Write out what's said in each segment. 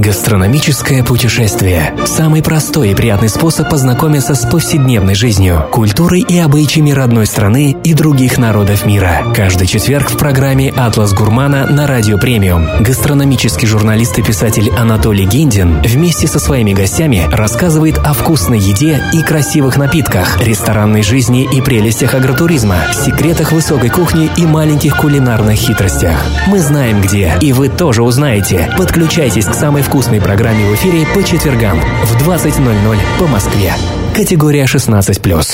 Гастрономическое путешествие. Самый простой и приятный способ познакомиться с повседневной жизнью, культурой и обычаями родной страны и других народов мира. Каждый четверг в программе «Атлас Гурмана» на Радио Премиум гастрономический журналист и писатель Анатолий Гендин вместе со своими гостями рассказывает о вкусной еде и красивых напитках, ресторанной жизни и прелестях агротуризма, секретах высокой кухни и маленьких кулинарных хитростях. Мы знаем где, и вы тоже узнаете. Подключайтесь к самой вкусной программе в эфире по четвергам в 20:00 по Москве. Категория 16+.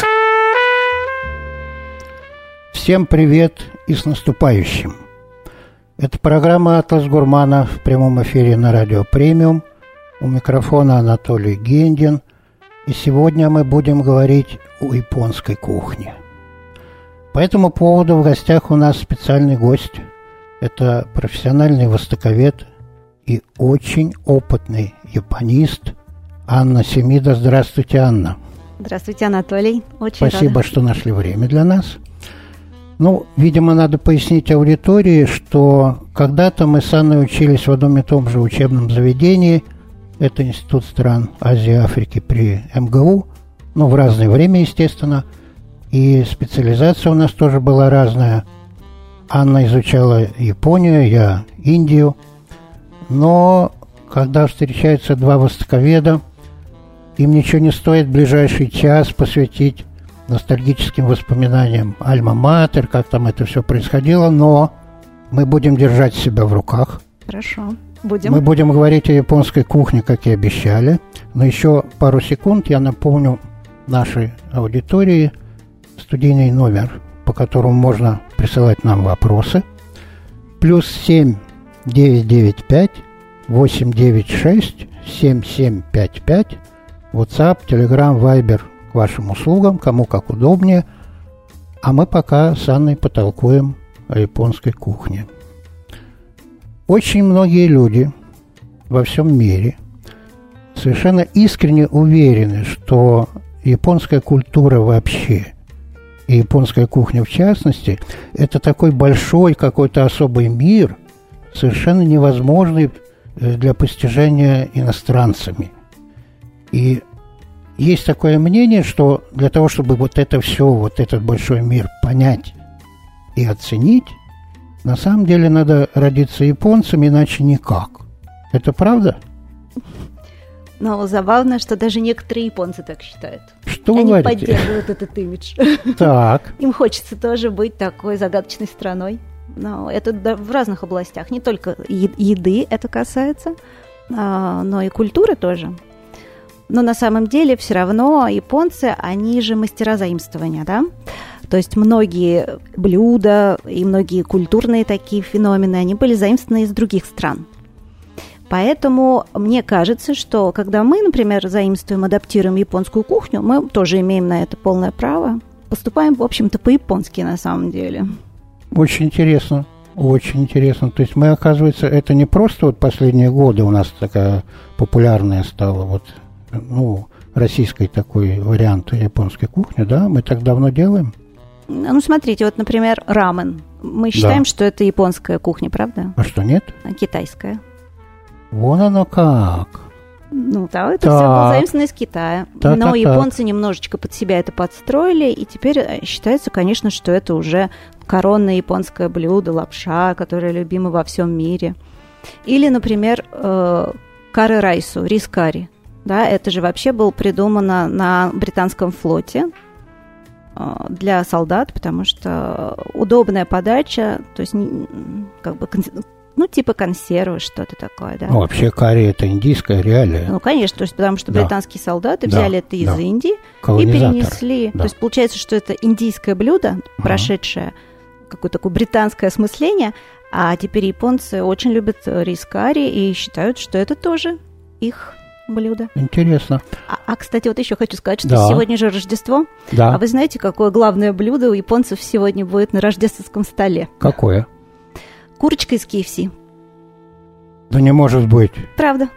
Всем привет и с наступающим. Это программа «Атлас Гурмана» в прямом эфире на Радио Премиум. У микрофона Анатолий Гендин. И сегодня мы будем говорить о японской кухне. По этому поводу в гостях у нас специальный гость. Это профессиональный востоковед и очень опытный японист Анна Семида. Здравствуйте, Анна. Здравствуйте, Анатолий. Очень Спасибо, рада. что нашли время для нас. Видимо, надо пояснить аудитории, что когда-то мы с Анной учились в одном и том же учебном заведении. Это Институт стран Азии и Африки при МГУ. В разное время, естественно. И специализация у нас тоже была разная. Анна изучала Японию, я Индию. Но когда встречаются два востоковеда, им ничего не стоит ближайший час посвятить ностальгическим воспоминаниям Альма-Матер, как там это все происходило, но мы будем держать себя в руках. Хорошо, будем. Мы будем говорить о японской кухне, как и обещали. Но еще пару секунд я напомню нашей аудитории студийный номер, по которому можно присылать нам вопросы. +7 995 896 7755. WhatsApp, Telegram, Viber к вашим услугам, кому как удобнее. А мы пока с Анной потолкуем о японской кухне. Очень многие люди во всем мире совершенно искренне уверены, что японская культура вообще и японская кухня в частности – это такой большой какой-то особый мир, совершенно невозможный для постижения иностранцами. И есть такое мнение, что для того, чтобы вот это все, вот этот большой мир понять и оценить, на самом деле надо родиться японцем, иначе никак. Это правда? Но забавно, что даже некоторые японцы так считают. Что вы Они говорите? поддерживают этот имидж. Так. Им хочется тоже быть такой загадочной страной. Но это в разных областях. Не только еды это касается, но и культуры тоже. Но на самом деле все равно японцы, они же мастера заимствования, да? То есть многие блюда и многие культурные такие феномены, они были заимствованы из других стран. Поэтому мне кажется, что когда мы, например, заимствуем, адаптируем японскую кухню, мы тоже имеем на это полное право. Поступаем, в общем-то, по-японски на самом деле. Очень интересно, очень интересно. То есть мы, оказывается, это не просто вот последние годы у нас такая популярная стала российский такой вариант японской кухни, да? Мы так давно делаем? Смотрите, вот, например, рамен. Мы считаем, что это японская кухня, правда? А что, нет? Китайская. Вон оно как. Да, это все было заимствовано из Китая. Но японцы немножечко под себя это подстроили, и теперь считается, конечно, что это уже коронное японское блюдо, лапша, которая любима во всем мире. Или, например, каре-райсу, рис-карри. Да, это же вообще было придумано на британском флоте для солдат, потому что удобная подача, то есть как бы типа консервы, что-то такое, да. Вообще карри – это индийская реалия. Конечно, то есть потому что британские солдаты взяли это из Индии и перенесли. Да. То есть получается, что это индийское блюдо, прошедшее какое-то такое британское осмысление, а теперь японцы очень любят рис-карри и считают, что это тоже их блюдо. Интересно. Кстати, вот еще хочу сказать, что сегодня же Рождество. Да. А вы знаете, какое главное блюдо у японцев сегодня будет на рождественском столе? Какое? Курочка из KFC. Да не может быть. Правда.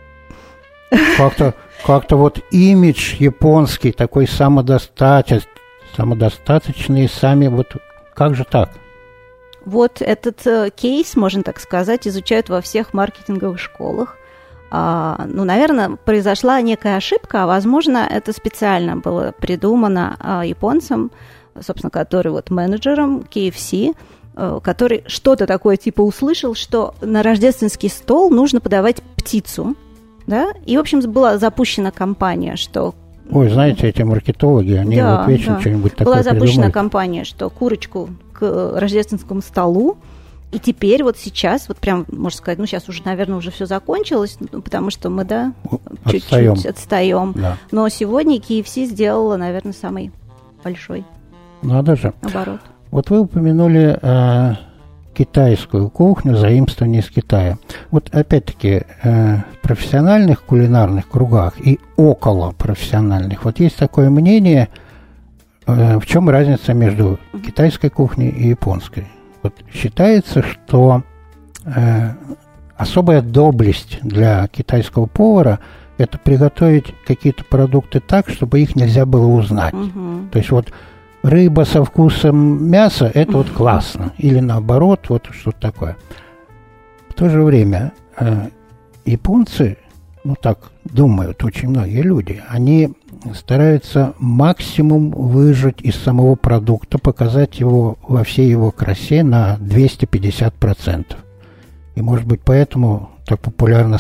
Как-то вот имидж японский, такой самодостаточный, сами вот как же так? Вот этот кейс, можно так сказать, изучают во всех маркетинговых школах. наверное, произошла некая ошибка, а, возможно, это специально было придумано японцем, собственно, который вот менеджером KFC, который что-то такое типа услышал, что на рождественский стол нужно подавать птицу, да, и, в общем, была запущена кампания, что... Ой, знаете, эти маркетологи, они вот вечно что-нибудь такое была запущена придумают. кампания, что курочку к рождественскому столу. И теперь вот сейчас, вот прям, можно сказать, сейчас уже, наверное, уже все закончилось, потому что мы, чуть-чуть отстаем. Да. Но сегодня KFC сделала, наверное, самый большой оборот. Вот вы упомянули китайскую кухню, заимствование из Китая. Вот опять-таки в профессиональных кулинарных кругах и около профессиональных вот есть такое мнение, в чем разница между китайской кухней и японской. Вот считается, что особая доблесть для китайского повара – это приготовить какие-то продукты так, чтобы их нельзя было узнать. То есть вот рыба со вкусом мяса – это вот классно. Или наоборот, вот что-то такое. В то же время японцы, так думают очень многие люди, они стараются максимум выжать из самого продукта, показать его во всей его красе на 250%. И, может быть, поэтому так популярна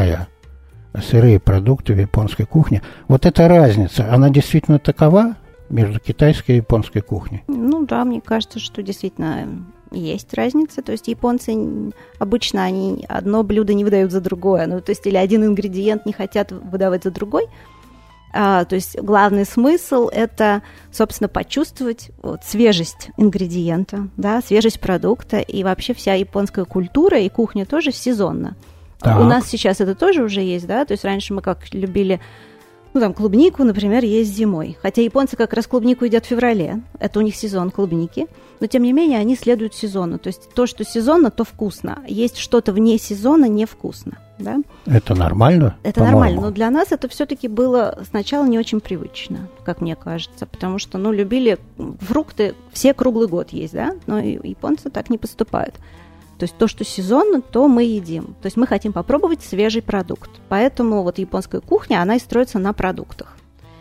сырые продукты в японской кухне. Вот эта разница, она действительно такова между китайской и японской кухней? Да, мне кажется, что действительно есть разница. То есть японцы обычно они одно блюдо не выдают за другое. То есть или один ингредиент не хотят выдавать за другой. То есть главный смысл – это, собственно, почувствовать свежесть ингредиента, да, свежесть продукта. И вообще вся японская культура и кухня тоже сезонна. Так. У нас сейчас это тоже уже есть, да, то есть раньше мы как любили, клубнику, например, есть зимой. Хотя японцы как раз клубнику едят в феврале, это у них сезон клубники, но тем не менее они следуют сезону. То есть то, что сезонно, то вкусно. Есть что-то вне сезона невкусно, да. Это нормально? Это нормально, но для нас это все-таки было сначала не очень привычно, как мне кажется, потому что, любили фрукты все круглый год есть, да, но японцы так не поступают. То есть то, что сезонно, то мы едим. То есть мы хотим попробовать свежий продукт. Поэтому вот японская кухня, она и строится на продуктах.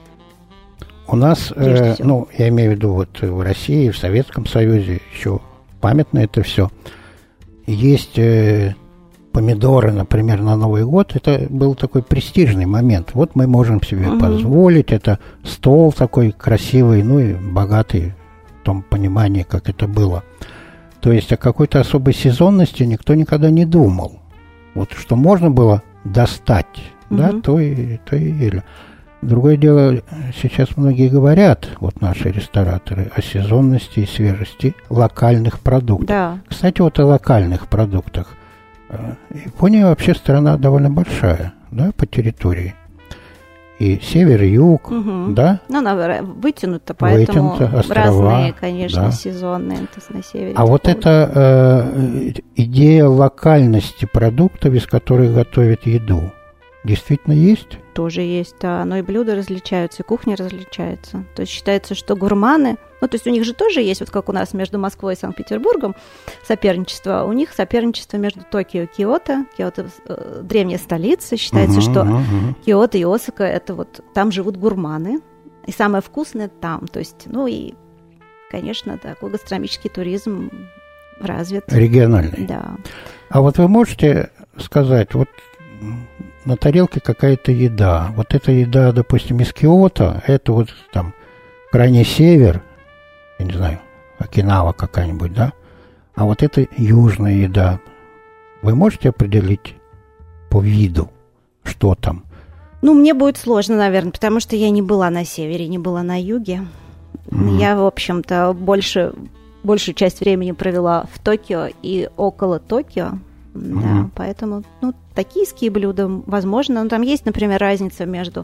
У нас, я имею в виду вот в России, в Советском Союзе, еще памятно это все. Есть помидоры, например, на Новый год. Это был такой престижный момент. Вот мы можем себе позволить. Это стол такой красивый, и богатый в том понимании, как это было. То есть о какой-то особой сезонности никто никогда не думал. Вот что можно было достать, да, то и ели. Другое дело, сейчас многие говорят, вот наши рестораторы, о сезонности и свежести локальных продуктов. Да. Кстати, вот о локальных продуктах. Япония вообще страна довольно большая, да, по территории. И север, и юг, да? Она вытянута, поэтому острова, разные, конечно, да. Сезонные на севере. А вот эта идея локальности продуктов, из которых готовят еду, действительно есть? Тоже есть, да. Но и блюда различаются, и кухня различается. То есть считается, что гурманы... то есть у них же тоже есть, вот как у нас между Москвой и Санкт-Петербургом соперничество. У них соперничество между Токио и Киото. Киото – древняя столица. Считается, что Киото и Осака – это вот там живут гурманы. И самое вкусное там. То есть, и, конечно, такой гастрономический туризм развит. Региональный. Да. А вот вы можете сказать, вот на тарелке какая-то еда. Вот эта еда, допустим, из Киото, это вот там крайний север, я не знаю, Окинава какая-нибудь, да? А вот это южная еда. Вы можете определить по виду, что там? Мне будет сложно, наверное, потому что я не была на севере, не была на юге. Я, в общем-то, большую часть времени провела в Токио и около Токио. Да, поэтому, токийские блюда, возможно, там есть, например, разница между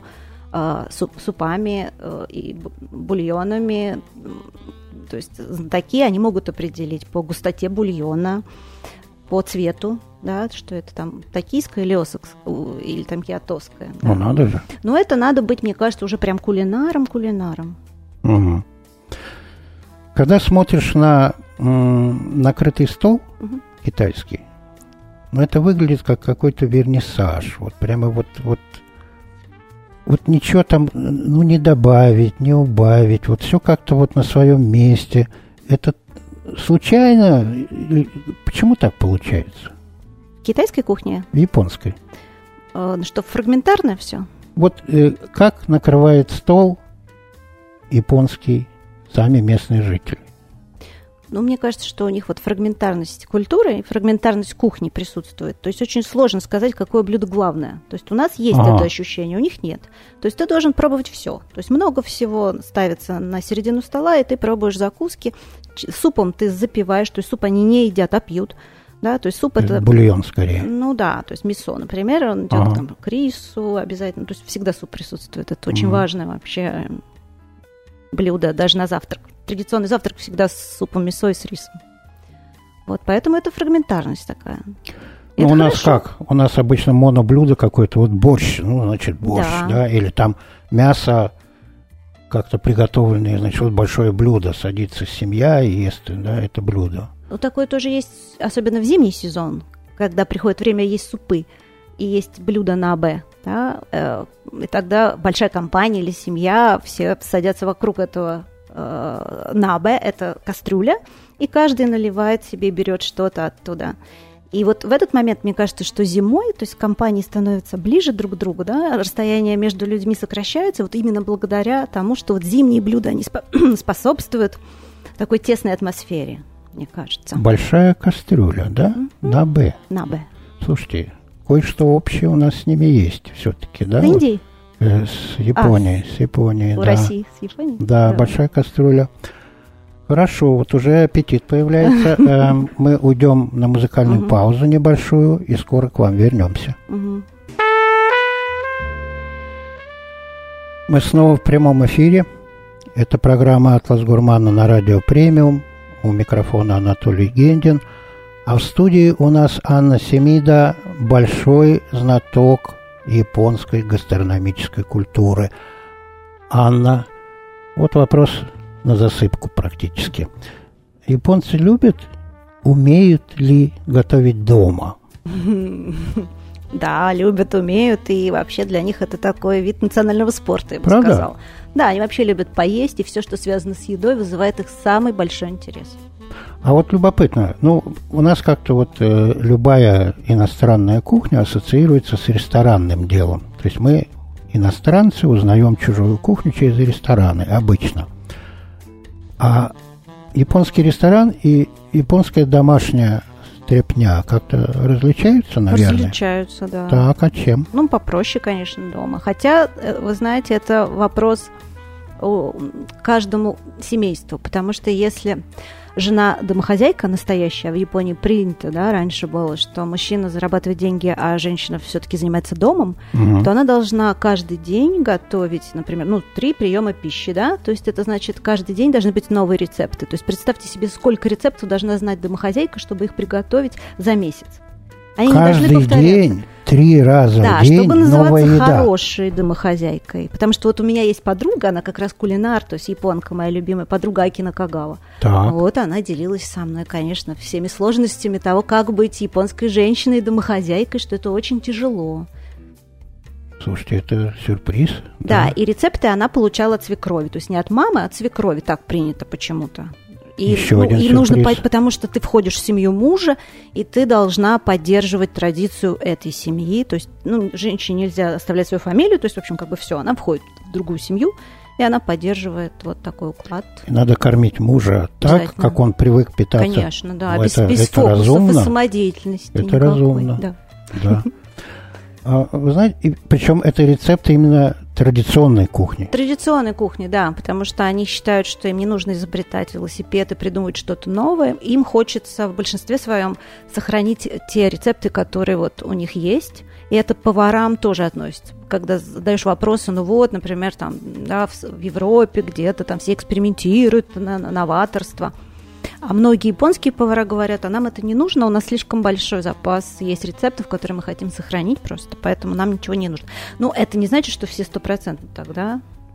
супами и бульонами. То есть знатоки, они могут определить по густоте бульона, по цвету, да, что это там токийское или осакское, или там киотовское. Да. Надо же. Но это надо быть, мне кажется, уже прям кулинаром. Угу. Когда смотришь на накрытый стол китайский, Но это выглядит как какой-то вернисаж. Вот прямо вот ничего там, ну, не добавить, не убавить. Вот все как-то вот на своем месте. Это случайно? Почему так получается? В китайской кухне? В японской. Что, фрагментарно все? Вот как накрывает стол японский сами местные жители? Ну, мне кажется, что у них вот фрагментарность культуры и фрагментарность кухни присутствует. То есть очень сложно сказать, какое блюдо главное. То есть у нас есть это ощущение, у них нет. То есть ты должен пробовать все. То есть много всего ставится на середину стола, и ты пробуешь закуски. Супом ты запиваешь, то есть суп они не едят, а пьют. Да, то есть суп это... Бульон скорее. Ну да, то есть мисо, например, он идет там к рису обязательно. То есть всегда суп присутствует. Это очень важное вообще блюдо, даже на завтрак. Традиционный завтрак всегда с супом мисо и с рисом. Вот, поэтому это фрагментарность такая. Ну, у нас как? У нас обычно моноблюдо какое-то, вот борщ, ну, значит, борщ, да, или там мясо как-то приготовленное, значит, вот большое блюдо, садится семья и ест, да, это блюдо. Ну, такое тоже есть, особенно в зимний сезон, когда приходит время есть супы, и есть блюдо на Б, да, и тогда большая компания или семья, все садятся вокруг этого набе, это кастрюля, и каждый наливает себе, берет что-то оттуда. И вот в этот момент, мне кажется, что зимой, то есть компании становятся ближе друг к другу, да, расстояние между людьми сокращается, вот именно благодаря тому, что вот зимние блюда, они способствуют такой тесной атмосфере, мне кажется. Большая кастрюля, да? Набе. Набе. Слушайте, кое-что общее у нас с ними есть все-таки, да? С Индией? С Японией, с Японией, у да. России с Японией? Да, большая кастрюля. Хорошо, вот уже аппетит появляется. Мы уйдем на музыкальную паузу небольшую и скоро к вам вернемся. Мы снова в прямом эфире. Это программа «Атлас Гурмана» на радио «Премиум». У микрофона Анатолий Гендин. А в студии у нас Анна Семида, большой знаток японской гастрономической культуры. Анна, вот вопрос на засыпку практически. Японцы любят, умеют ли готовить дома? Да, любят, умеют, и вообще для них это такой вид национального спорта, я бы Правда? сказала. Да, они вообще любят поесть, и все, что связано с едой, вызывает их самый большой интерес. А вот любопытно, ну, у нас как-то вот любая иностранная кухня ассоциируется с ресторанным делом. То есть мы, иностранцы, узнаем чужую кухню через рестораны обычно. А японский ресторан и японская домашняя стряпня как-то различаются, наверное? Различаются, да. Так, а чем? Ну, попроще, конечно, дома. Хотя, вы знаете, это вопрос каждому семейству, потому что если жена домохозяйка настоящая, в Японии принято, да, раньше было, что мужчина зарабатывает деньги, а женщина все-таки занимается домом, то она должна каждый день готовить, например, 3 приема пищи, да, то есть это значит, каждый день должны быть новые рецепты. То есть представьте себе, сколько рецептов должна знать домохозяйка, чтобы их приготовить за месяц. Они каждый не должны повторяться. День, 3 раза в день чтобы новая еда. называться хорошей домохозяйкой. Потому что вот у меня есть подруга, она как раз кулинар, то есть японка, моя любимая подруга Аки Накагава. Так. Вот она делилась со мной, конечно, всеми сложностями того, как быть японской женщиной, домохозяйкой, что это очень тяжело. Слушайте, это сюрприз. Да, и рецепты она получала от свекрови. То есть не от мамы, а от свекрови. Так принято почему-то. И, еще один и сюрприз. нужно, потому что ты входишь в семью мужа, и ты должна поддерживать традицию этой семьи. То есть, женщине нельзя оставлять свою фамилию, то есть, в общем, как бы все, она входит в другую семью, и она поддерживает вот такой уклад. И надо кормить мужа так, как он привык питаться. Конечно, да, без это фокусов разумно. и самодеятельности. Это никакой. разумно. Да. Вы знаете, причем это рецепты именно традиционной кухни. Традиционной кухни, да, потому что они считают, что им не нужно изобретать велосипед и придумывать что-то новое. Им хочется в большинстве своем сохранить те рецепты, которые вот у них есть. И это поварам тоже относится. Когда задаешь вопросы, например, там, да, в Европе где-то там все экспериментируют на новаторство. А многие японские повара говорят, а нам это не нужно, у нас слишком большой запас есть рецептов, которые мы хотим сохранить просто, поэтому нам ничего не нужно. Это не значит, что все 100% так, да?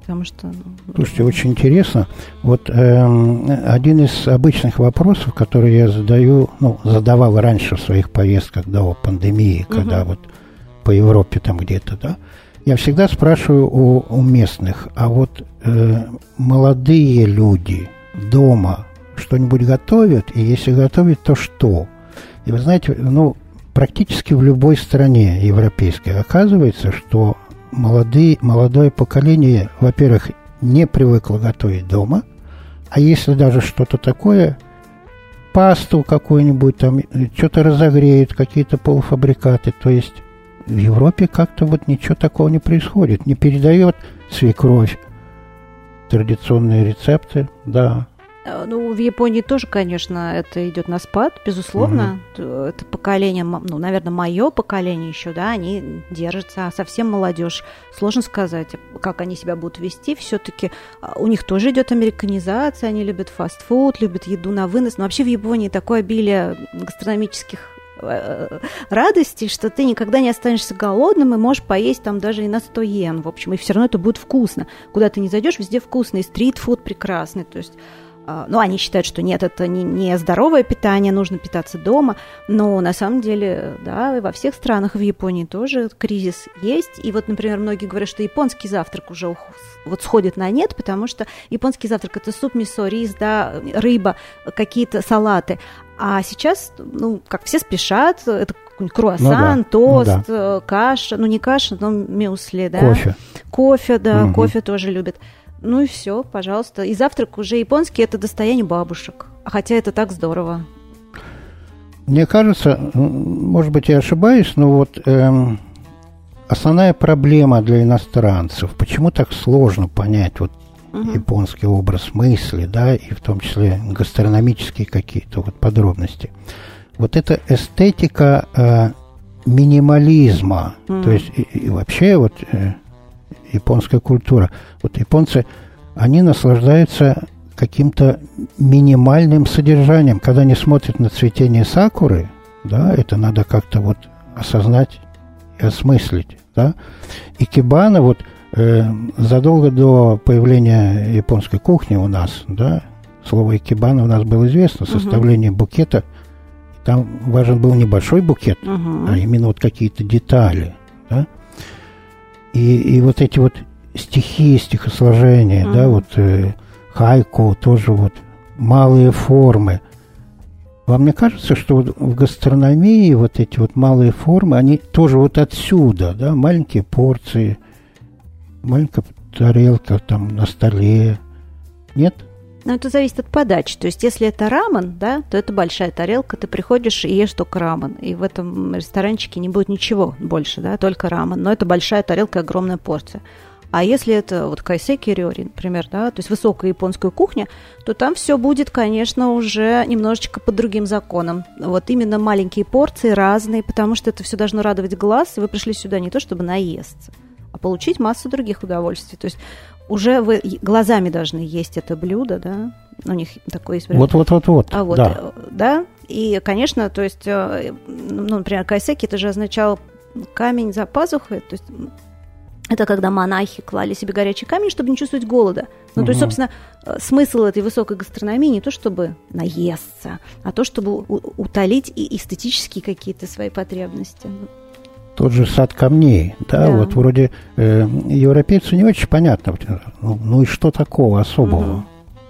потому что... Слушайте, очень интересно. Вот один из обычных вопросов, который я задавал раньше в своих поездках до пандемии, когда вот по Европе там где-то, да, я всегда спрашиваю у местных, а вот молодые люди дома что-нибудь готовят, и если готовят, то что? И вы знаете, практически в любой стране европейской оказывается, что молодое поколение, во-первых, не привыкло готовить дома, а если даже что-то такое, пасту какую-нибудь, там что-то разогреют, какие-то полуфабрикаты, то есть в Европе как-то вот ничего такого не происходит, не передает свекровь традиционные рецепты, да. В Японии тоже, конечно, это идет на спад, безусловно. Это поколение, наверное, мое поколение еще, да, они держатся, а совсем молодежь. Сложно сказать, как они себя будут вести. Все-таки у них тоже идет американизация, они любят фастфуд, любят еду на вынос. Но вообще в Японии такое обилие гастрономических радости, что ты никогда не останешься голодным и можешь поесть там даже и на 100 йен, в общем, и все равно это будет вкусно. Куда ты не зайдешь, везде вкусно, и стрит-фуд прекрасный, то есть... они считают, что нет, это не здоровое питание, нужно питаться дома, но на самом деле, да, и во всех странах, в Японии тоже кризис есть. И вот, например, многие говорят, что японский завтрак уже вот сходит на нет, потому что японский завтрак – это суп, мясо, рис, да, рыба, какие-то салаты. А сейчас, как все спешат, это круассан, тост, каша, не каша, но мюсли, да. Кофе, да, кофе тоже любят. И все, пожалуйста. И завтрак уже японский – это достояние бабушек. Хотя это так здорово. Мне кажется, может быть, я ошибаюсь, но вот основная проблема для иностранцев, почему так сложно понять японский образ мысли, да, и в том числе гастрономические какие-то подробности. Вот эта эстетика минимализма, то есть и вообще японская культура. Вот японцы, они наслаждаются каким-то минимальным содержанием. Когда они смотрят на цветение сакуры, да, это надо как-то осознать и осмыслить, да. Икебана задолго до появления японской кухни у нас, да, слово икебана у нас было известно, составление букета. Там важен был не большой букет, а именно какие-то детали, да. И вот эти стихи, стихосложения, да, хайку, тоже малые формы. Вам не кажется, что в гастрономии эти малые формы, они тоже отсюда, да, маленькие порции, маленькая тарелка там на столе, нет? Это зависит от подачи. То есть, если это рамен, да, то это большая тарелка, ты приходишь и ешь только рамен. И в этом ресторанчике не будет ничего больше, да, только рамен. Но это большая тарелка, огромная порция. А если это кайсеки рёри, например, да, то есть высокая японская кухня, то там все будет, конечно, уже немножечко по другим законам. Именно маленькие порции, разные, потому что это все должно радовать глаз, и вы пришли сюда не то, чтобы наесться, а получить массу других удовольствий. То есть уже вы глазами должны есть это блюдо, да, у них такое есть. Да. И, конечно, то есть, например, кайсеки, это же означало камень за пазухой, то есть это когда монахи клали себе горячий камень, чтобы не чувствовать голода. То есть, собственно, смысл этой высокой гастрономии не то, чтобы наесться, а то, чтобы утолить и эстетические какие-то свои потребности. Тот же сад камней, да. Вроде европейцу не очень понятно, и что такого особого?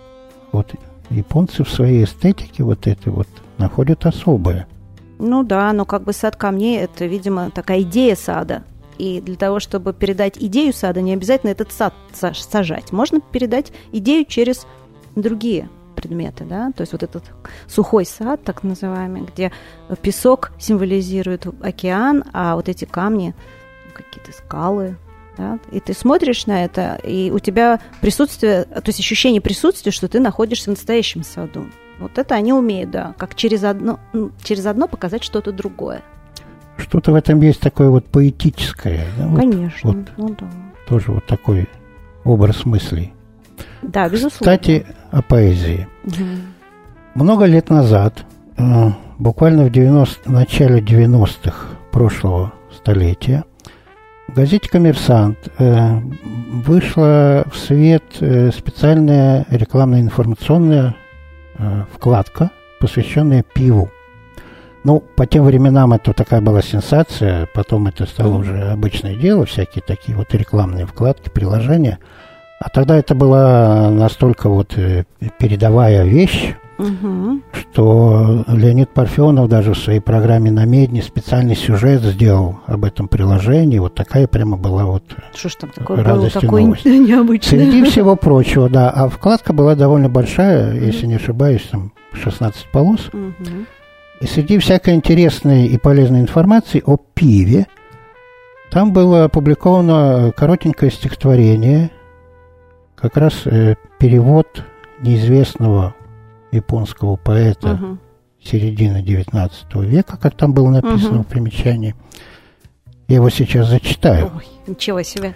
Японцы в своей эстетике находят особое. Но сад камней – это, видимо, такая идея сада. И для того, чтобы передать идею сада, не обязательно этот сад сажать. Можно передать идею через другие предметы, да, то есть этот сухой сад, так называемый, где песок символизирует океан, а эти камни какие-то скалы, да, и ты смотришь на это, и у тебя присутствие, то есть ощущение присутствия, что ты находишься в настоящем саду. Это они умеют, да, как через одно показать что-то другое. Что-то в этом есть такое поэтическое, да? Конечно, да. Тоже такой образ мыслей. Да, безусловно. Кстати, о поэзии. Много лет назад, буквально в начале 90-х прошлого столетия, В газете «Коммерсант» вышла в свет специальная рекламно-информационная вкладка, посвященная пиву. Ну, по тем временам это такая была сенсация, потом это стало уже обычное дело, всякие такие вот рекламные вкладки, приложения. А тогда это была настолько вот передовая вещь, что Леонид Парфенов даже в своей программе «На медне» специальный сюжет сделал об этом приложении. Вот такая прямо была вот что ж там такое радость было, и новость. Необычное. Среди всего прочего, да. А вкладка была довольно большая, если не ошибаюсь, там 16 полос. И среди всякой интересной и полезной информации о пиве там было опубликовано коротенькое стихотворение, как раз перевод неизвестного японского поэта середины XIX века, как там было написано в примечании. Я его сейчас зачитаю. Ой, ничего себе.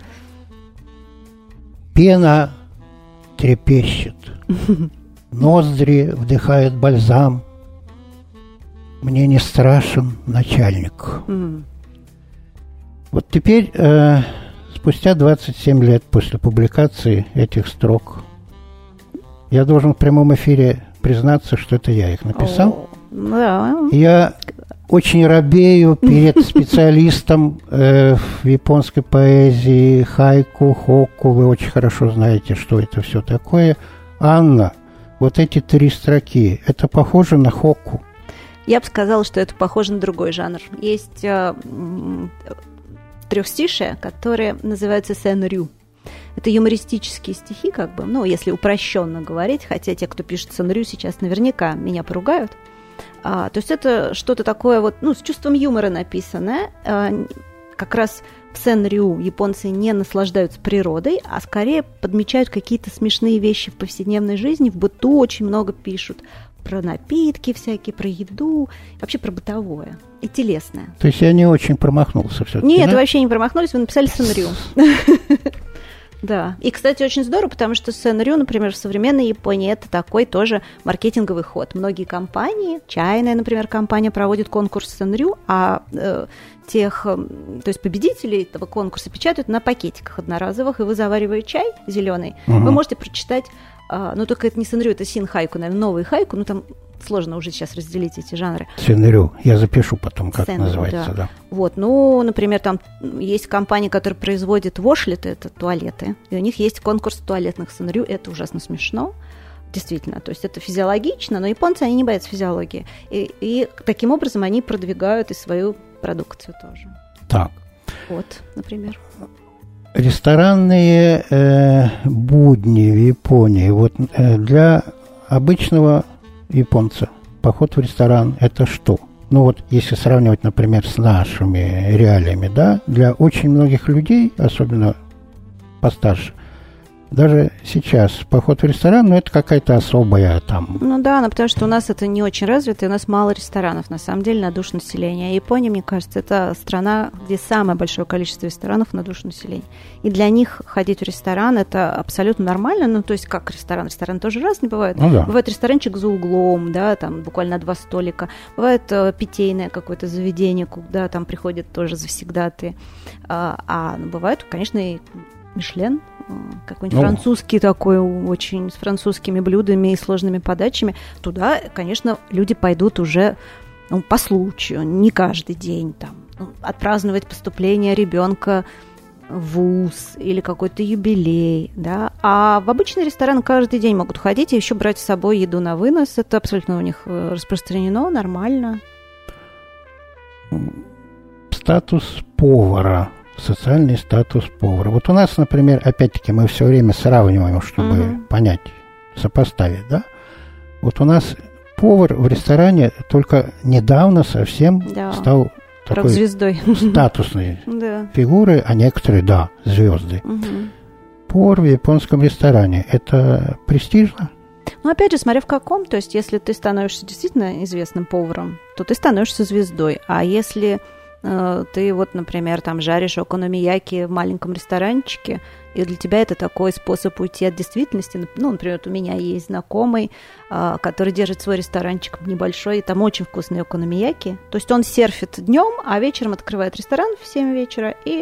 Пена трепещет, ноздри вдыхает бальзам. Мне не страшен начальник. Вот теперь, спустя 27 лет после публикации этих строк, я должен в прямом эфире признаться, что это я их написал. Да. Я очень робею перед специалистом в японской поэзии хайку, хокку. Вы очень хорошо знаете, что это все такое. Анна, вот эти 3 строки, это похоже на хокку? Я бы сказала, что это похоже на другой жанр. Есть трехстишие, которые называются сэнрю. Это юмористические стихи, как бы, ну, если упрощенно говорить, хотя те, кто пишет сэнрю, сейчас наверняка меня поругают. То есть это что-то такое вот, ну, с чувством юмора написанное. Как раз в сэнрю японцы не наслаждаются природой, а скорее подмечают какие-то смешные вещи в повседневной жизни, в быту очень много пишут. Про напитки всякие, про еду, вообще про бытовое и телесное. То есть я не очень промахнулся все-таки? Нет, вы вообще не промахнулись, вы написали сэнрю. Да. И, кстати, очень здорово, потому что сэнрю, например, в современной Японии это такой тоже маркетинговый ход. Многие компании, чайная, например, компания проводит конкурс сэнрю, а то есть победителей этого конкурса печатают на пакетиках одноразовых, и вы, заваривая чай зеленый, вы можете прочитать, ну, только это не сэнрю, это син-хайку, наверное, новый хайку, ну, там сложно уже сейчас разделить эти жанры. Сэнрю, я запишу потом, как сэнрю, называется, да. Вот, ну, например, там есть компания, которая производит вошлеты, это туалеты, и у них есть конкурс туалетных сэнрю, это ужасно смешно, действительно, то есть это физиологично, но японцы, они не боятся физиологии, и таким образом они продвигают и свою продукцию тоже. Так. Вот, например. Ресторанные будни в Японии. Вот для обычного японца поход в ресторан – это что? Ну вот, если сравнивать, например, с нашими реалиями, да, для очень многих людей, особенно постарше, даже сейчас поход в ресторан, ну, это какая-то особая там... Ну да, но потому что у нас это не очень развито, и у нас мало ресторанов, на самом деле, на душу населения. А Япония, мне кажется, это страна, где самое большое количество ресторанов на душу населения. И для них ходить в ресторан – это абсолютно нормально. Ну, то есть, как ресторан? Ресторан тоже раз не бывает. Ну, да. Бывает ресторанчик за углом, да, там буквально 2 столика. Бывает питейное какое-то заведение, куда там приходят тоже завсегдатые. Бывает, конечно, и Мишлен, какой-нибудь французский такой, очень с французскими блюдами и сложными подачами. Туда, конечно, люди пойдут уже по случаю, не каждый день, там, отпраздновать поступление ребенка в вуз или какой-то юбилей, да. А в обычный ресторан каждый день могут ходить и еще брать с собой еду на вынос. Это абсолютно у них распространено, нормально. Статус повара. Социальный статус повара. Вот у нас, например, опять-таки мы все время сравниваем, чтобы понять, сопоставить, да? Вот у нас повар в ресторане только недавно совсем стал такой звездой, статусной фигурой, а некоторые, да, звезды. Повар в японском ресторане – это престижно? Ну, опять же, смотря в каком. То есть, если ты становишься действительно известным поваром, то ты становишься звездой. А если ты вот, например, там жаришь окономияки в маленьком ресторанчике, и для тебя это такой способ уйти от действительности. Ну, например, вот у меня есть знакомый, который держит свой ресторанчик небольшой, и там очень вкусные окономияки. То есть он серфит днем, а вечером открывает ресторан в 7 вечера и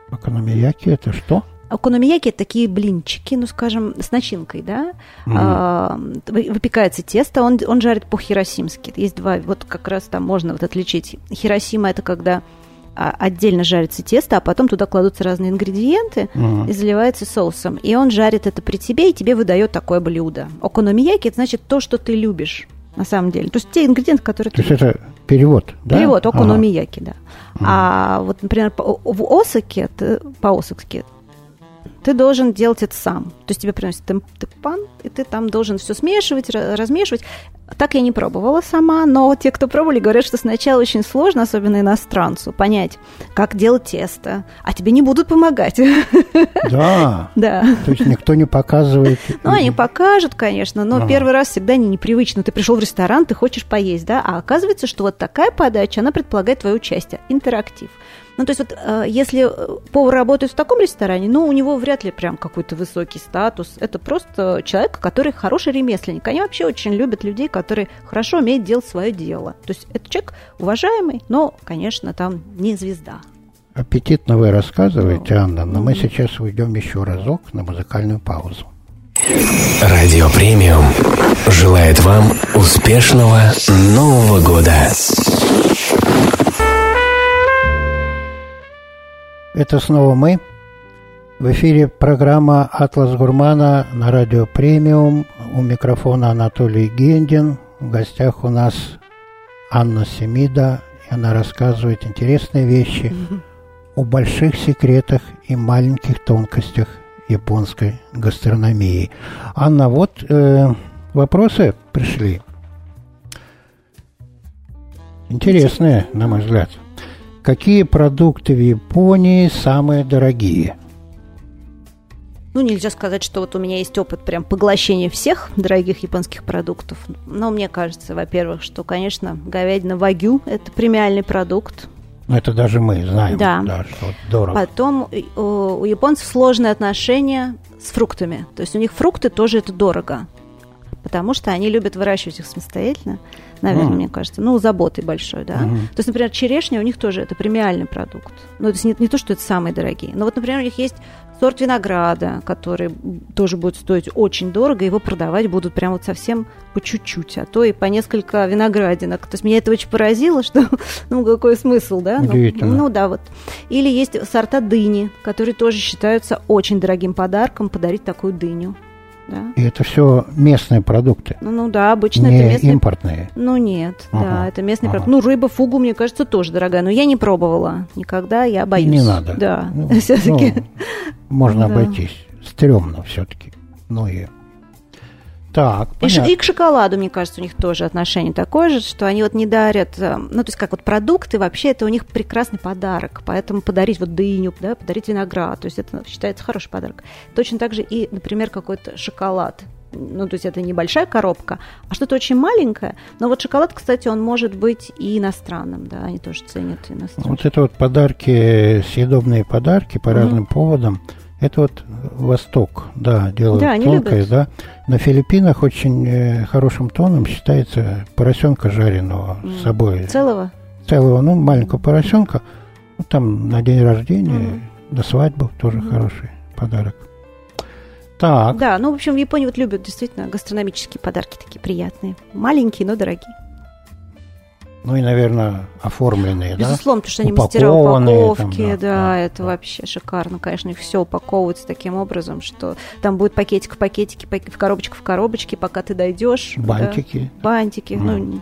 Окономияки это что? Окономияки – это такие блинчики, ну, скажем, с начинкой, да. Выпекается тесто, он жарит по-хиросимски. Есть два, вот как раз там можно вот отличить. Хиросима – это когда отдельно жарится тесто, а потом туда кладутся разные ингредиенты и заливается соусом. И он жарит это при тебе, и тебе выдает такое блюдо. Окономияки – это значит то, что ты любишь, на самом деле. То есть те ингредиенты, которые ты любишь. То есть это перевод, да? Перевод, окономияки, да. А вот, например, в Осаке, по-осакски, ты должен делать это сам. То есть тебе приносят теппан, и ты там должен все смешивать, размешивать. Так я не пробовала сама, но те, кто пробовали, говорят, что сначала очень сложно, особенно иностранцу, понять, как делать тесто, а тебе не будут помогать. Да. Да. То есть никто не показывает. Ну, они покажут, конечно, но первый раз всегда непривычно. Ты пришел в ресторан, ты хочешь поесть, да, а оказывается, что вот такая подача, она предполагает твое участие, интерактив. Ну, то есть вот если повар работает в таком ресторане, ну, у него вряд ли прям какой-то высокий статус. Это просто человек, который хороший ремесленник. Они вообще очень любят людей, которые хорошо умеют делать свое дело. То есть это человек уважаемый, но, конечно, там не звезда. Аппетитно вы рассказываете, Анна, но мы сейчас уйдем еще разок на музыкальную паузу. Радио Премиум желает вам успешного Нового года. Это снова мы. В эфире программа «Атлас Гурмана» на радио «Премиум». У микрофона Анатолий Гендин. В гостях у нас Анна Семида. И она рассказывает интересные вещи о больших секретах и маленьких тонкостях японской гастрономии. Анна, вот вопросы пришли. Интересные, на мой взгляд. Какие продукты в Японии самые дорогие? Ну, нельзя сказать, что вот у меня есть опыт прям поглощения всех дорогих японских продуктов. Но мне кажется, во-первых, что, конечно, говядина вагю – это премиальный продукт. Ну, это даже мы знаем, да, что дорого. Потом у японцев сложные отношения с фруктами. То есть у них фрукты тоже это дорого. Потому что они любят выращивать их самостоятельно, наверное, мне кажется. Ну, заботой большой, да. То есть, например, черешня у них тоже это премиальный продукт. Ну, это не то, что это самые дорогие. Но вот, например, у них есть сорт винограда, который тоже будет стоить очень дорого, его продавать будут прям вот совсем по чуть-чуть, а то и по несколько виноградинок. То есть меня это очень поразило, что, ну, какой смысл, да? Удивительно. Ну, да, вот. Или есть сорта дыни, которые тоже считаются очень дорогим подарком подарить такую дыню. Да. И это все местные продукты. Ну да, обычно не это местные. Импортные. Ну нет, да, это местные продукты. Ну, рыба фугу, мне кажется, тоже дорогая, но я не пробовала никогда, я боюсь. Не надо. Да, ну, все-таки. Ну, можно обойтись. Стремно все-таки. Ну и так, понятно. И к шоколаду, мне кажется, у них тоже отношение такое же, что они вот не дарят, ну, то есть как вот продукты, вообще это у них прекрасный подарок, поэтому подарить вот дыню, да, подарить виноград, то есть это считается хороший подарок. Точно так же и, например, какой-то шоколад. Ну, то есть это небольшая коробка, а что-то очень маленькое. Но вот шоколад, кстати, он может быть и иностранным, да, они тоже ценят иностранным. Вот это вот подарки, съедобные подарки по разным поводам, это вот Восток, да, делают тонкое, да. На Филиппинах очень хорошим тоном считается поросенка жареного с собой. Целого? Целого, ну, маленького поросенка. Ну, там на день рождения, на свадьбу тоже хороший подарок. Так. Да, ну, в общем, в Японии вот любят действительно гастрономические подарки такие приятные. Маленькие, но дорогие. Ну и, наверное, оформленные, да? Безусловно, потому что они мастера упаковки, там, да, это вообще шикарно. Конечно, их все упаковывается таким образом, что там будет пакетик в пакетике, в коробочке, пока ты дойдешь. Бантики. Да, бантики, ну,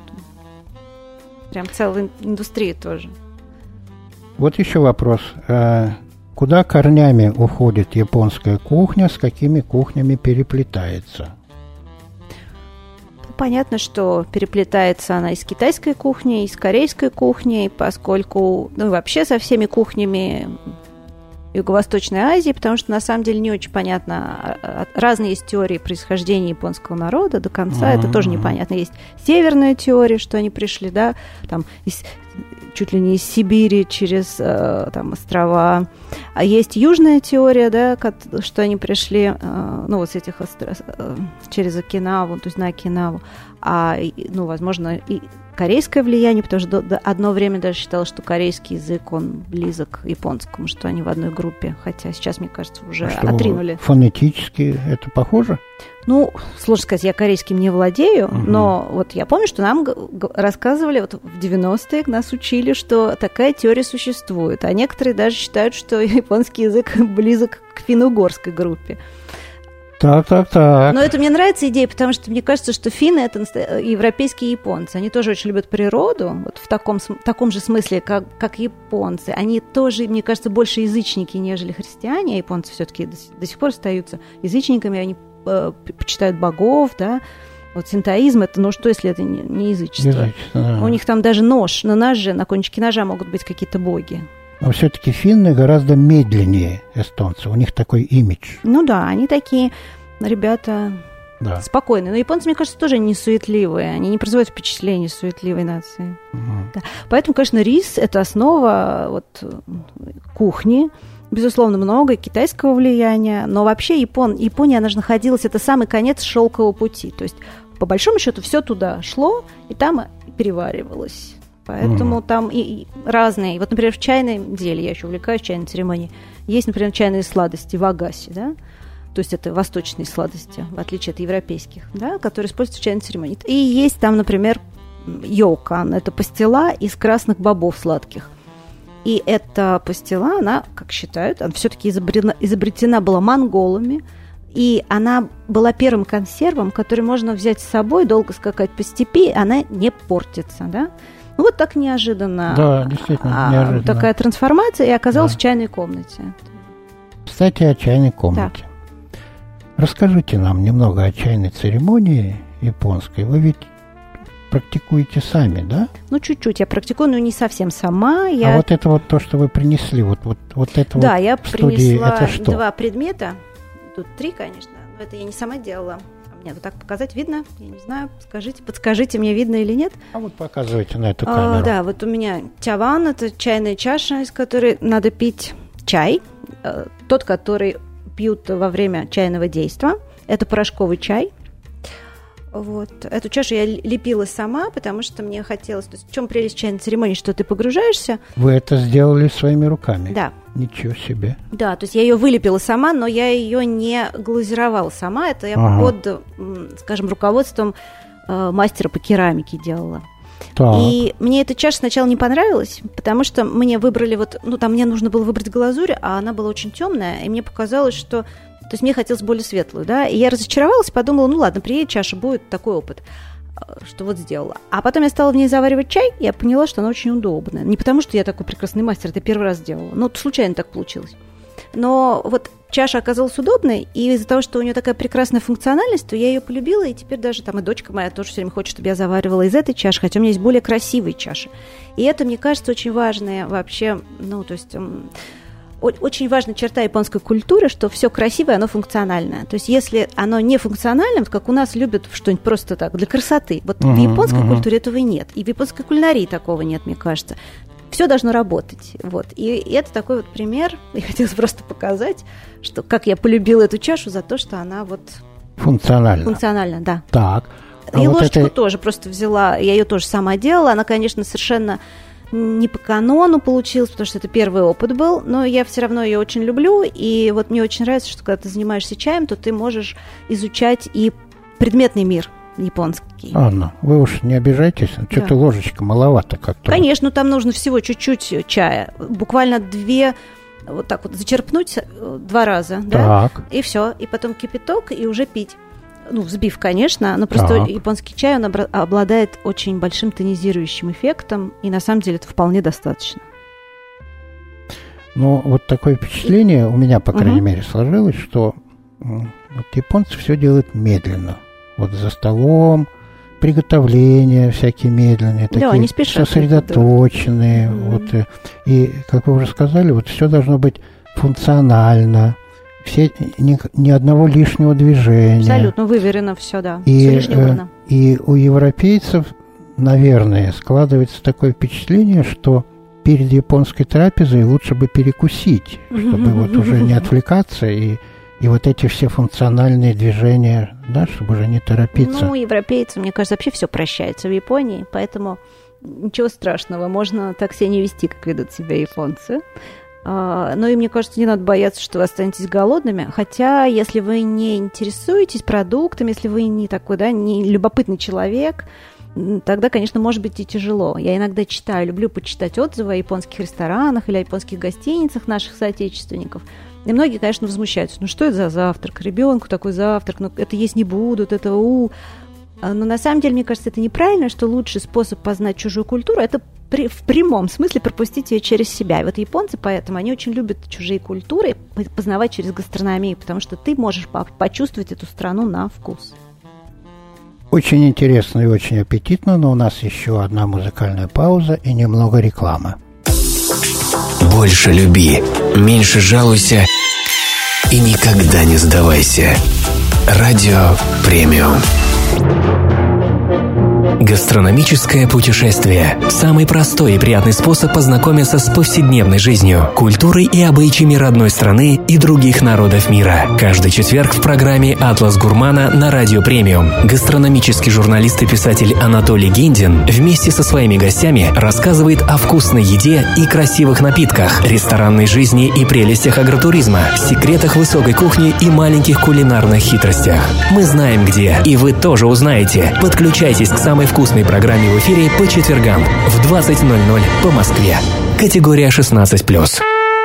прям целая индустрия тоже. Вот еще вопрос. Куда корнями уходит японская кухня, с какими кухнями переплетается? Понятно, что переплетается она и с китайской кухней, и с корейской кухней, поскольку, ну, вообще со всеми кухнями Юго-Восточной Азии, потому что, на самом деле, не очень понятно, разные есть теории происхождения японского народа до конца, это тоже непонятно. Есть северная теория, что они пришли, да, там, чуть ли не из Сибири через там, острова. А есть южная теория, да, что они пришли, ну, вот с этих остров, через Окинаву, то есть на Окинаву. возможно, и корейское влияние, потому что одно время даже считалось, что корейский язык, он близок к японскому, что они в одной группе, хотя сейчас, мне кажется, уже отринули. Фонетически это похоже? Сложно сказать, я корейским не владею, но вот я помню, что нам рассказывали, вот в 90-е нас учили, что такая теория существует, а некоторые даже считают, что японский язык близок к финно-угорской группе. Так. Но это мне нравится идея, потому что мне кажется, что финны – это европейские японцы. Они тоже очень любят природу, вот в таком же смысле, как японцы. Они тоже, мне кажется, больше язычники, нежели христиане. А японцы все-таки до сих пор остаются язычниками, они почитают богов, да. Вот синтоизм – это, что если это не язычество? Да. У них там даже нож, на кончике ножа могут быть какие-то боги. Но все-таки финны гораздо медленнее эстонцев. У них такой имидж. Да, они такие ребята спокойные. Но японцы, мне кажется, тоже не суетливые. Они не производят впечатление суетливой нации. Да. Поэтому, конечно, рис – это основа кухни. Безусловно, много китайского влияния. Но вообще Япония, она же находилась, это самый конец шелкового пути. То есть, по большому счету, все туда шло, и там переваривалось. Поэтому там и разные. Вот, например, в чайном деле, я еще увлекаюсь чайной церемонией, есть, например, чайные сладости вагаси, да? То есть это восточные сладости, в отличие от европейских, да, которые используются в чайной церемонии. И есть там, например, йокан, это пастила из красных бобов сладких. И эта пастила, она, как считают, она все-таки изобретена была монголами, и она была первым консервом, который можно взять с собой, долго скакать по степи, она не портится, да? Вот так неожиданно. Да, действительно, неожиданно. Такая трансформация, и оказалась в чайной комнате. Кстати, о чайной комнате. Да. Расскажите нам немного о чайной церемонии японской. Вы ведь практикуете сами, да? Чуть-чуть я практикую, но не совсем сама. А вот это вот то, что вы принесли, вот это да, вот я в студии, принесла это что? 2 предмета. Тут 3, конечно, но это я не сама делала. Мне вот так показать видно? Я не знаю. Подскажите, мне видно или нет? А вот показывайте на эту камеру. Да, вот у меня чаван, это чайная чаша, из которой надо пить чай. Тот, который пьют во время чайного действа. Это порошковый чай. Вот. Эту чашу я лепила сама, потому что мне хотелось... То есть в чем прелесть чайной церемонии, что ты погружаешься... Вы это сделали своими руками? Да. Ничего себе. Да, то есть я ее вылепила сама, но я ее не глазировала сама. Это я под, скажем, руководством мастера по керамике делала. Так. И мне эта чаша сначала не понравилась, потому что мне выбрали там мне нужно было выбрать глазурь, а она была очень темная, и мне показалось, что... То есть мне хотелось более светлую, да, и я разочаровалась, подумала, ладно, приедет чаша, будет такой опыт, что вот сделала. А потом я стала в ней заваривать чай, и я поняла, что она очень удобная. Не потому, что я такой прекрасный мастер, это первый раз делала, случайно так получилось. Но вот чаша оказалась удобной, и из-за того, что у нее такая прекрасная функциональность, то я ее полюбила, и теперь даже и дочка моя тоже все время хочет, чтобы я заваривала из этой чаши, хотя у меня есть более красивые чаши. И это, мне кажется, очень важное вообще, очень важная черта японской культуры, что все красивое, оно функциональное. То есть если оно не функциональное, как у нас любят что-нибудь просто так, для красоты. Вот в японской культуре этого нет. И в японской кулинарии такого нет, мне кажется. Все должно работать. Вот. И это такой вот пример. Я хотела просто показать, что как я полюбила эту чашу за то, что она функциональна. Функциональна, да. Так. И ложечку тоже просто взяла. Я ее тоже сама делала. Она, конечно, совершенно... не по канону получилось, потому что это первый опыт был, но я все равно ее очень люблю, и вот мне очень нравится, что когда ты занимаешься чаем, то ты можешь изучать и предметный мир японский. Анна, вы уж не обижайтесь, что-то ложечка маловато как-то. Конечно, там нужно всего чуть-чуть чая, буквально 2, вот так вот зачерпнуть 2 раза, да, и все, и потом кипяток, и уже пить. Взбив, конечно, но просто японский чай, он обладает очень большим тонизирующим эффектом, и на самом деле это вполне достаточно. Вот такое впечатление у меня, по крайней мере, сложилось, что японцы все делают медленно. Вот за столом, приготовления всякие медленные, такие не спешат, сосредоточенные. И, как вы уже сказали, все должно быть функционально. Ни одного лишнего движения. Абсолютно выверено все, да. Все лишнее убрано. И у европейцев, наверное, складывается такое впечатление, что перед японской трапезой лучше бы перекусить, чтобы уже не отвлекаться и и вот эти все функциональные движения, да, чтобы уже не торопиться. Ну, европейцам, мне кажется, вообще все прощается в Японии, поэтому ничего страшного, можно так себя не вести, как ведут себя японцы. Но и мне кажется, не надо бояться, что вы останетесь голодными. Хотя, если вы не интересуетесь продуктами, если вы не такой, да, не любопытный человек, тогда, конечно, может быть и тяжело. Я иногда читаю, люблю почитать отзывы о японских ресторанах или о японских гостиницах наших соотечественников. И многие, конечно, возмущаются. Ну что это за завтрак? Ребенку такой завтрак, ну это есть не будут, это Но на самом деле, мне кажется, это неправильно, что лучший способ познать чужую культуру – это в прямом смысле пропустить ее через себя. И вот японцы поэтому, они очень любят чужие культуры познавать через гастрономию, потому что ты можешь почувствовать эту страну на вкус. Очень интересно и очень аппетитно, но у нас еще одна музыкальная пауза и немного рекламы. Больше люби, меньше жалуйся и никогда не сдавайся. Радио Премиум. Гастрономическое путешествие – самый простой и приятный способ познакомиться с повседневной жизнью, культурой и обычаями родной страны и других народов мира. Каждый четверг в программе «Атлас Гурмана» на Радио Премиум гастрономический журналист и писатель Анатолий Гендин вместе со своими гостями рассказывает о вкусной еде и красивых напитках, ресторанной жизни и прелестях агротуризма, секретах высокой кухни и маленьких кулинарных хитростях. Мы знаем где, и вы тоже узнаете. Подключайтесь к самой вкусной программе в эфире по четвергам в 20:00 по Москве. Категория 16+.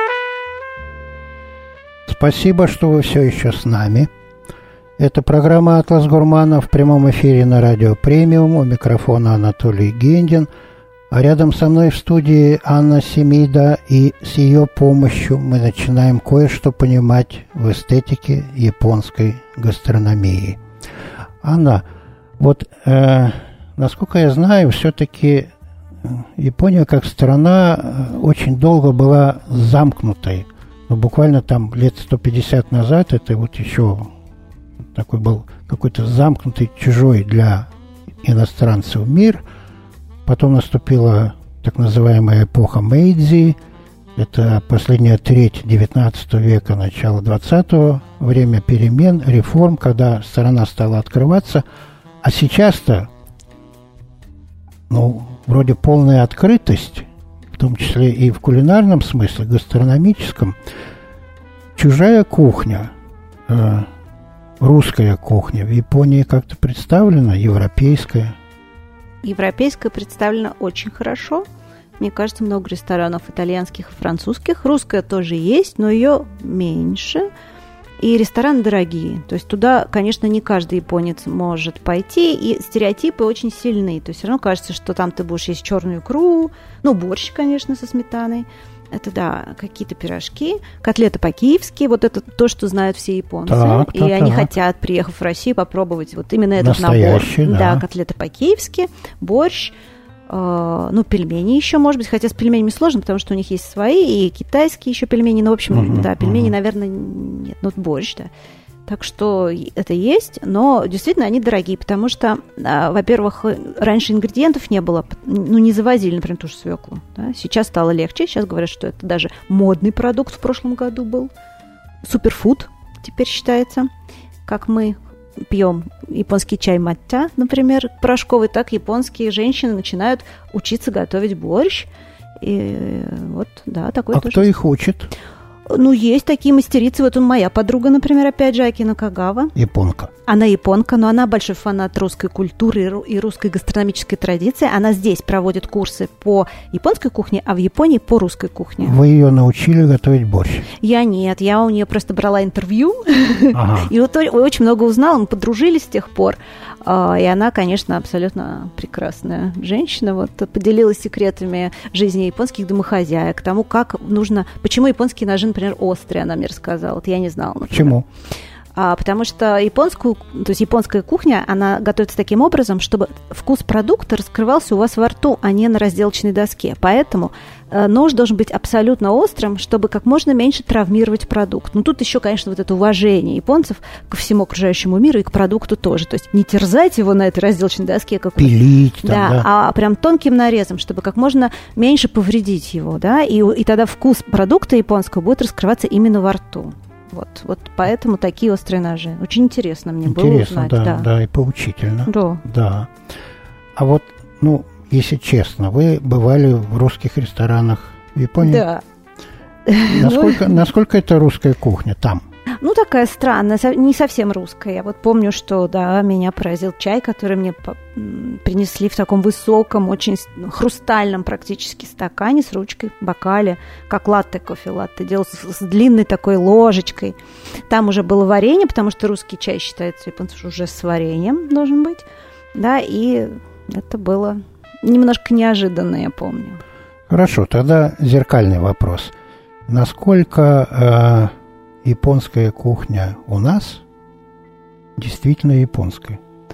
Спасибо, что вы все еще с нами. Это программа «Атлас Гурмана» в прямом эфире на Радио Премиум. У микрофона Анатолий Гендин. А рядом со мной в студии Анна Семида. И с ее помощью мы начинаем кое-что понимать в эстетике японской гастрономии. Анна, вот насколько я знаю, все-таки Япония как страна очень долго была замкнутой. Но буквально там лет 150 назад это вот еще такой был какой-то замкнутый, чужой для иностранцев мир. Потом наступила так называемая эпоха Мэйдзи. Это последняя треть XIX века, начало XX, время перемен, реформ, когда страна стала открываться. А сейчас-то, вроде полная открытость, в том числе и в кулинарном смысле, гастрономическом. Чужая кухня, русская кухня в Японии как-то представлена, европейская? Европейская представлена очень хорошо. Мне кажется, много ресторанов итальянских и французских. Русская тоже есть, но ее меньше. И рестораны дорогие. То есть туда, конечно, не каждый японец может пойти. И стереотипы очень сильны. То есть все равно кажется, что там ты будешь есть черную икру. Борщ, конечно, со сметаной. Это, да, какие-то пирожки, котлеты по-киевски. Вот это то, что знают все японцы. Они хотят, приехав в Россию, попробовать вот именно этот набор. Да, котлеты по-киевски, борщ. Пельмени еще, может быть, хотя с пельменями сложно, потому что у них есть свои, и китайские еще пельмени, в общем, пельмени, наверное, нет, борщ, да. Так что это есть, но действительно они дорогие, потому что, во-первых, раньше ингредиентов не было, не завозили, например, ту же свеклу, да? Сейчас стало легче, сейчас говорят, что это даже модный продукт в прошлом году был, суперфуд теперь считается, как мы пьем японский чай маття, например, порошковый, так японские женщины начинают учиться готовить борщ. И вот, да, такой тоже. А кто их учит? Есть такие мастерицы. Вот моя подруга, например, опять же, Аки Накагава. Японка. Она японка, но она большой фанат русской культуры и русской гастрономической традиции. Она здесь проводит курсы по японской кухне, а в Японии по русской кухне. Вы ее научили готовить борщ? Я нет. Я у нее просто брала интервью. И вот очень много узнала. Мы подружились с тех пор. И она, конечно, абсолютно прекрасная женщина. Вот поделилась секретами жизни японских домохозяек, тому, как нужно... Почему японские ножи, например, острые, она мне рассказала. Вот я не знала. Например. Почему? Потому что японская кухня, она готовится таким образом, чтобы вкус продукта раскрывался у вас во рту, а не на разделочной доске. Поэтому нож должен быть абсолютно острым, чтобы как можно меньше травмировать продукт. Тут еще, конечно, вот это уважение японцев ко всему окружающему миру и к продукту тоже. То есть не терзать его на этой разделочной доске, как пилить, а прям тонким нарезом, чтобы как можно меньше повредить его, да, и тогда вкус продукта японского будет раскрываться именно во рту. Вот поэтому такие острые ножи. Очень интересно мне было узнать. Да, и поучительно. Да. А вот, если честно, вы бывали в русских ресторанах в Японии? Да. Насколько это русская кухня там? Такая странная, не совсем русская. Я вот помню, что, меня поразил чай, который мне принесли в таком высоком, очень хрустальном практически стакане с ручкой, бокале, как кофе-латте, делался с длинной такой ложечкой. Там уже было варенье, потому что русский чай считается японцев уже с вареньем должен быть. Да, и это было немножко неожиданно, я помню. Хорошо, тогда зеркальный вопрос. Насколько японская кухня у нас действительно японская?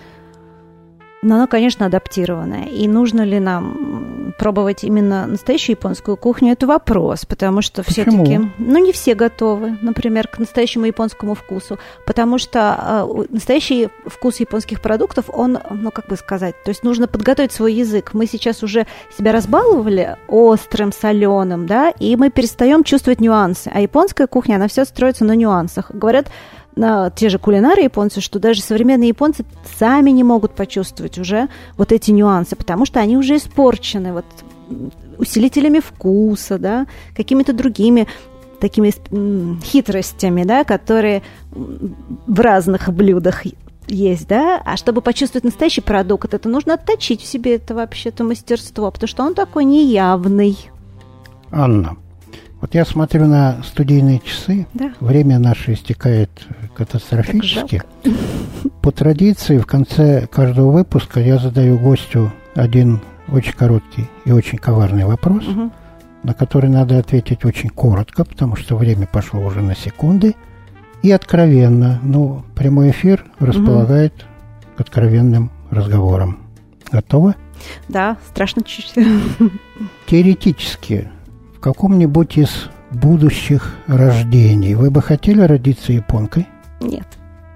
Она, конечно, адаптированная. И нужно ли нам пробовать именно настоящую японскую кухню, это вопрос, потому что все-таки, не все готовы, например, к настоящему японскому вкусу, потому что настоящий вкус японских продуктов, он, то есть нужно подготовить свой язык. Мы сейчас уже себя разбаловали острым, соленым, да, и мы перестаем чувствовать нюансы. А японская кухня, она все строится на нюансах. Говорят, те же кулинары японцы, что даже современные японцы сами не могут почувствовать уже вот эти нюансы, потому что они уже испорчены усилителями вкуса, да, какими-то другими такими хитростями, да, которые в разных блюдах есть, да, а чтобы почувствовать настоящий продукт, это нужно отточить в себе это вообще-то мастерство, потому что он такой неявный. Анна, вот я смотрю на студийные часы, да. Время наше истекает катастрофически. По традиции в конце каждого выпуска я задаю гостю один очень короткий и очень коварный вопрос, на который надо ответить очень коротко, потому что время пошло уже на секунды, и откровенно. Прямой эфир располагает к откровенным разговорам. Готовы? Да, страшно чуть-чуть. Теоретически, в каком-нибудь из будущих рождений вы бы хотели родиться японкой? Нет.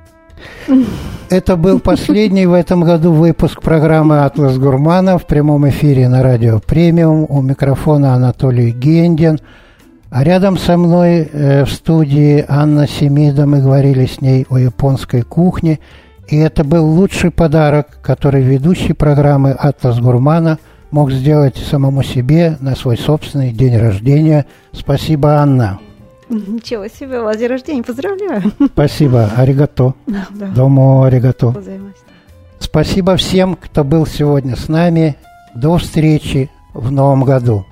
Это был последний в этом году выпуск программы «Атлас Гурмана» в прямом эфире на радио «Премиум». У микрофона Анатолий Гендин. А рядом со мной в студии Анна Семида. Мы говорили с ней о японской кухне. И это был лучший подарок, который ведущий программы «Атлас Гурмана» мог сделать самому себе на свой собственный день рождения. Спасибо, Анна. Ничего себе, у вас день рождения, поздравляю. Спасибо, аригато. Да. Дому аригато. Спасибо всем, кто был сегодня с нами. До встречи в новом году.